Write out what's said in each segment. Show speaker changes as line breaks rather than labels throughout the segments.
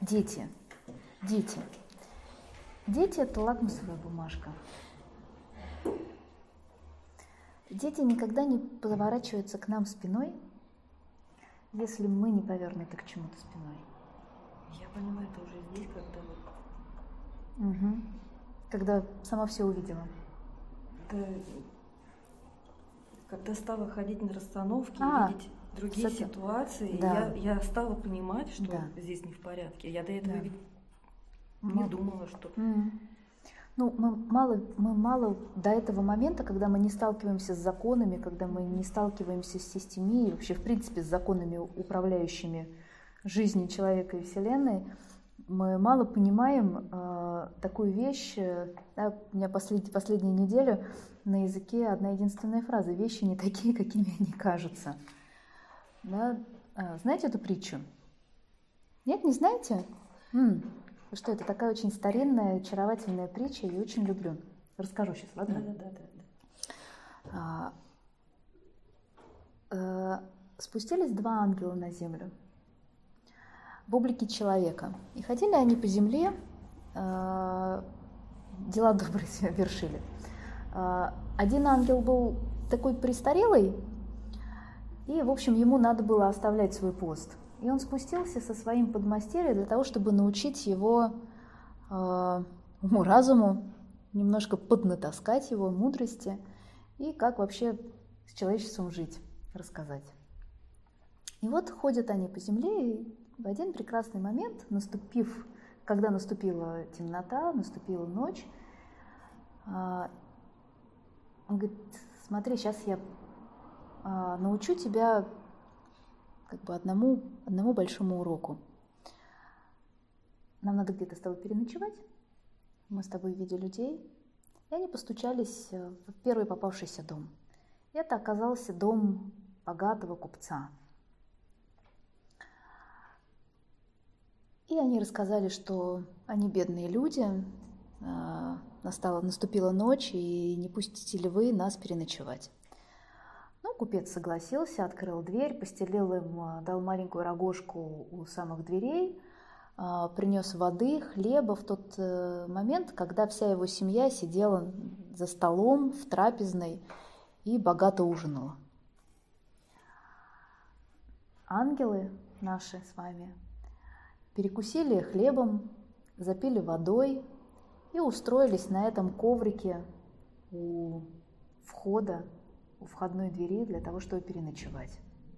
Дети. Дети. Дети – это лакмусовая бумажка. Дети никогда не поворачиваются к нам спиной, если мы не повернуты к чему-то спиной.
Я понимаю, это уже здесь, когда
Когда сама все увидела.
Когда стала ходить на расстановки, видеть другие ситуации,
да.
я стала понимать, что здесь не в порядке. Я до этого ведь не думала, что...
Ну, мы мало до этого момента, когда мы не сталкиваемся с законами, когда мы не сталкиваемся с системой, вообще, в принципе, с законами, управляющими жизнью человека и Вселенной, мы мало понимаем такую вещь. Да, у меня последнюю неделю на языке одна единственная фраза: «Вещи не такие, какими они кажутся». Да? Знаете эту притчу? Нет, не знаете? Что это такая очень старинная, очаровательная притча, я очень люблю. Расскажу сейчас, ладно? Да. Спустились два ангела на землю в облике человека. И ходили они по земле, дела добрые вершили. Один ангел был такой престарелый, и, в общем, ему надо было оставлять свой пост. И он спустился со своим подмастерьем для того, чтобы научить его уму-разуму, немножко поднатаскать его мудрости и как вообще с человечеством жить, рассказать. И вот ходят они по земле, и в один прекрасный момент, когда наступила темнота, наступила ночь, он говорит: смотри, сейчас я научу тебя как бы одному большому уроку. Нам надо где-то с тобой переночевать. Мы с тобой в виде людей. И они постучались в первый попавшийся дом. И это оказался дом богатого купца. И они рассказали, что они бедные люди, наступила ночь, и не пустите ли вы нас переночевать? Ну, купец согласился, открыл дверь, постелил им, дал маленькую рогожку у самых дверей, принес воды, хлеба в тот момент, когда вся его семья сидела за столом в трапезной и богато ужинала. Ангелы наши с вами перекусили хлебом, запили водой и устроились на этом коврике у входа, у входной двери для того, чтобы переночевать.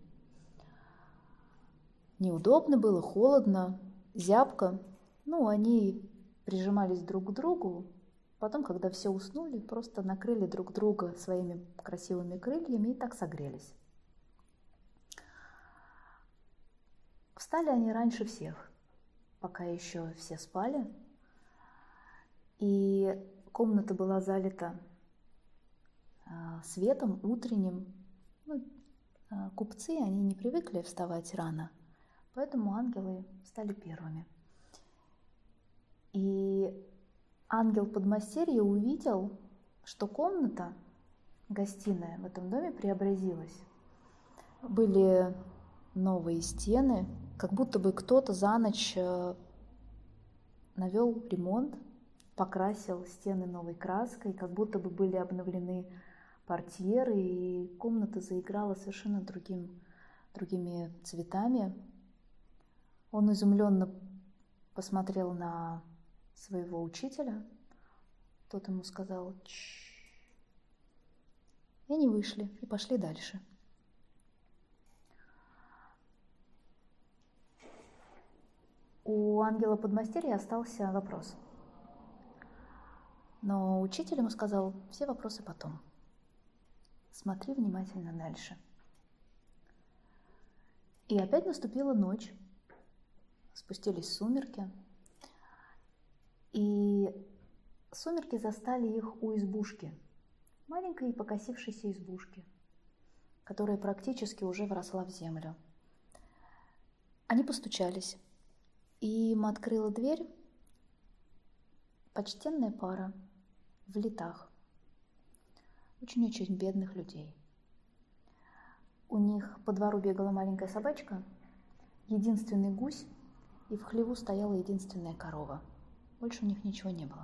Неудобно было, холодно, зябко. Они прижимались друг к другу. Потом, когда все уснули, просто накрыли друг друга своими красивыми крыльями и так согрелись. Встали они раньше всех, пока еще все спали. И комната была залита светом утренним. Купцы, они не привыкли вставать рано, поэтому ангелы встали первыми. И ангел подмастерья увидел, что комната, гостиная в этом доме преобразилась. Были новые стены, как будто бы кто-то за ночь навел ремонт, покрасил стены новой краской, как будто бы были обновлены портьеры, и комната заиграла совершенно другими цветами. Он изумленно посмотрел на своего учителя. Тот ему сказал: «Чш». И они вышли и пошли дальше. У ангела подмастерья остался вопрос. Но учитель ему сказал: все вопросы потом. Смотри внимательно дальше. И опять наступила ночь. Спустились сумерки. И сумерки застали их у избушки. Маленькой покосившейся избушки, которая практически уже вросла в землю. Они постучались. И им открыла дверь почтенная пара в летах. Очень-очень бедных людей. У них по двору бегала маленькая собачка, единственный гусь и в хлеву стояла единственная корова. Больше у них ничего не было.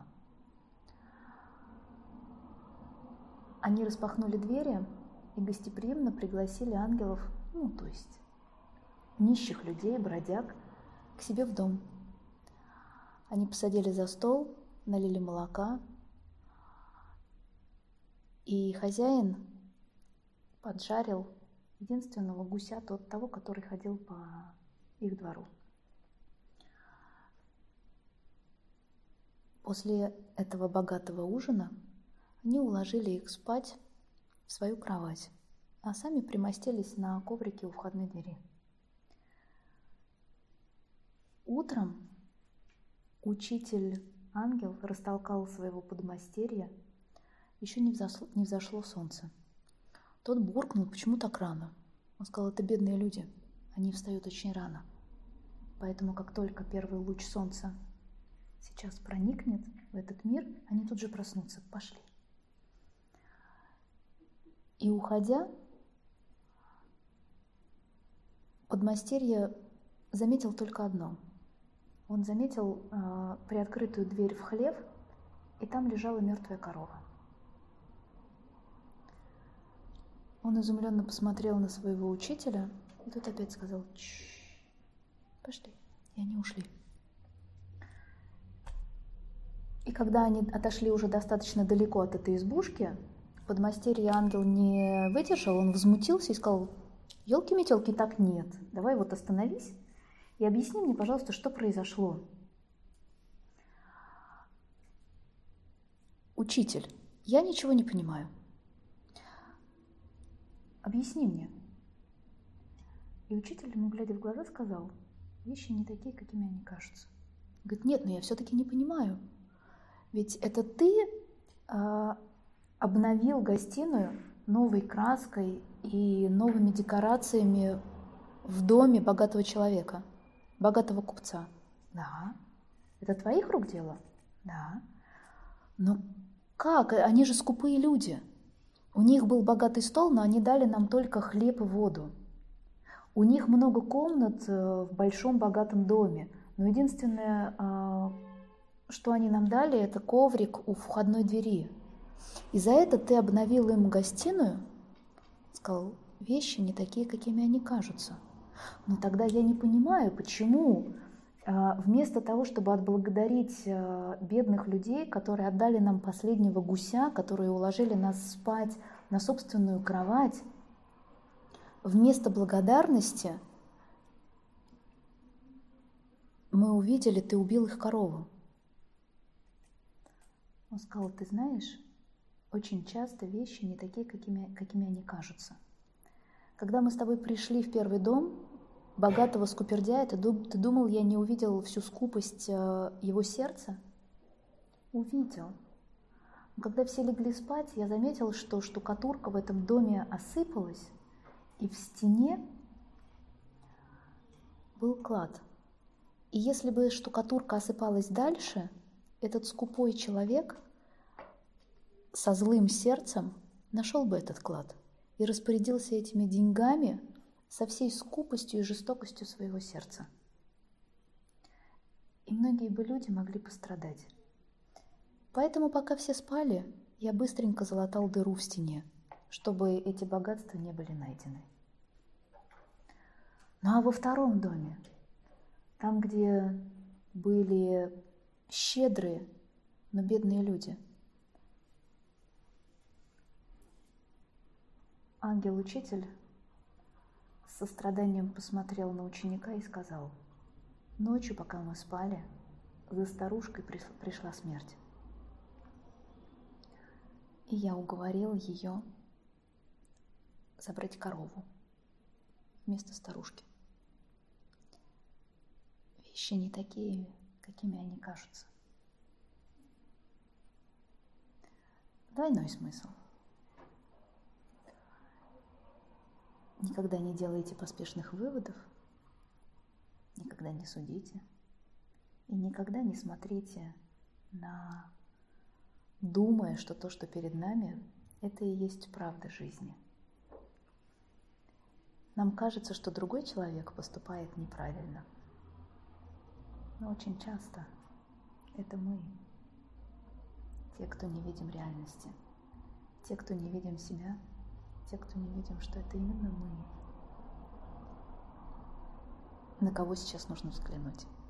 Они распахнули двери и гостеприимно пригласили ангелов, то есть нищих людей, бродяг, к себе в дом. Они посадили за стол, налили молока, и хозяин поджарил единственного гуся, того, который ходил по их двору. После этого богатого ужина они уложили их спать в свою кровать, а сами примостились на коврике у входной двери. Утром учитель-ангел растолкал своего подмастерья, еще не взошло солнце. Тот буркнул: почему так рано? Он сказал: это бедные люди, они встают очень рано. Поэтому как только первый луч солнца сейчас проникнет в этот мир, они тут же проснутся. Пошли. И уходя, подмастерье заметил только одно. Он заметил приоткрытую дверь в хлев, и там лежала мертвая корова. Он изумленно посмотрел на своего учителя, и тот опять сказал: пошли. И они ушли. И когда они отошли уже достаточно далеко от этой избушки, подмастерье ангел не выдержал, он возмутился и сказал: елки-метелки, так нет, давай вот остановись и объясни мне, пожалуйста, что произошло. Учитель, я ничего не понимаю. Объясни мне. И учитель ему, глядя в глаза, сказал: вещи не такие, какими они кажутся. Он говорит: нет, но я все-таки не понимаю. Ведь это ты обновил гостиную новой краской и новыми декорациями в доме богатого человека, богатого купца. Да. Это твоих рук дело? Да. Но как? Они же скупые люди. У них был богатый стол, но они дали нам только хлеб и воду. У них много комнат в большом богатом доме, но единственное, что они нам дали, это коврик у входной двери. И за это ты обновил им гостиную? Сказал: вещи не такие, какими они кажутся. Но тогда я не понимаю, почему вместо того, чтобы отблагодарить бедных людей, которые отдали нам последнего гуся, которые уложили нас спать на собственную кровать, вместо благодарности мы увидели, ты убил их корову. Он сказал: ты знаешь, очень часто вещи не такие, какими они кажутся. Когда мы с тобой пришли в первый дом богатого скупердяя, ты думал, я не увидел всю скупость его сердца? Увидел. Но когда все легли спать, я заметил, что штукатурка в этом доме осыпалась, и в стене был клад. И если бы штукатурка осыпалась дальше, этот скупой человек со злым сердцем нашел бы этот клад и распорядился этими деньгами со всей скупостью и жестокостью своего сердца. И многие бы люди могли пострадать. Поэтому, пока все спали, я быстренько залатал дыру в стене, чтобы эти богатства не были найдены. Ну а во втором доме, там, где были щедрые, но бедные люди, ангел-учитель с состраданием посмотрел на ученика и сказал: ночью, пока мы спали, за старушкой пришла смерть. И я уговорил ее забрать корову вместо старушки. Вещи не такие, какими они кажутся. Двойной смысл. Никогда не делайте поспешных выводов, никогда не судите и никогда не смотрите думая, что то, что перед нами, это и есть правда жизни. Нам кажется, что другой человек поступает неправильно. Но очень часто это мы, те, кто не видим реальности, те, кто не видим себя, те, кто не видим, что это именно мы. На кого сейчас нужно взглянуть?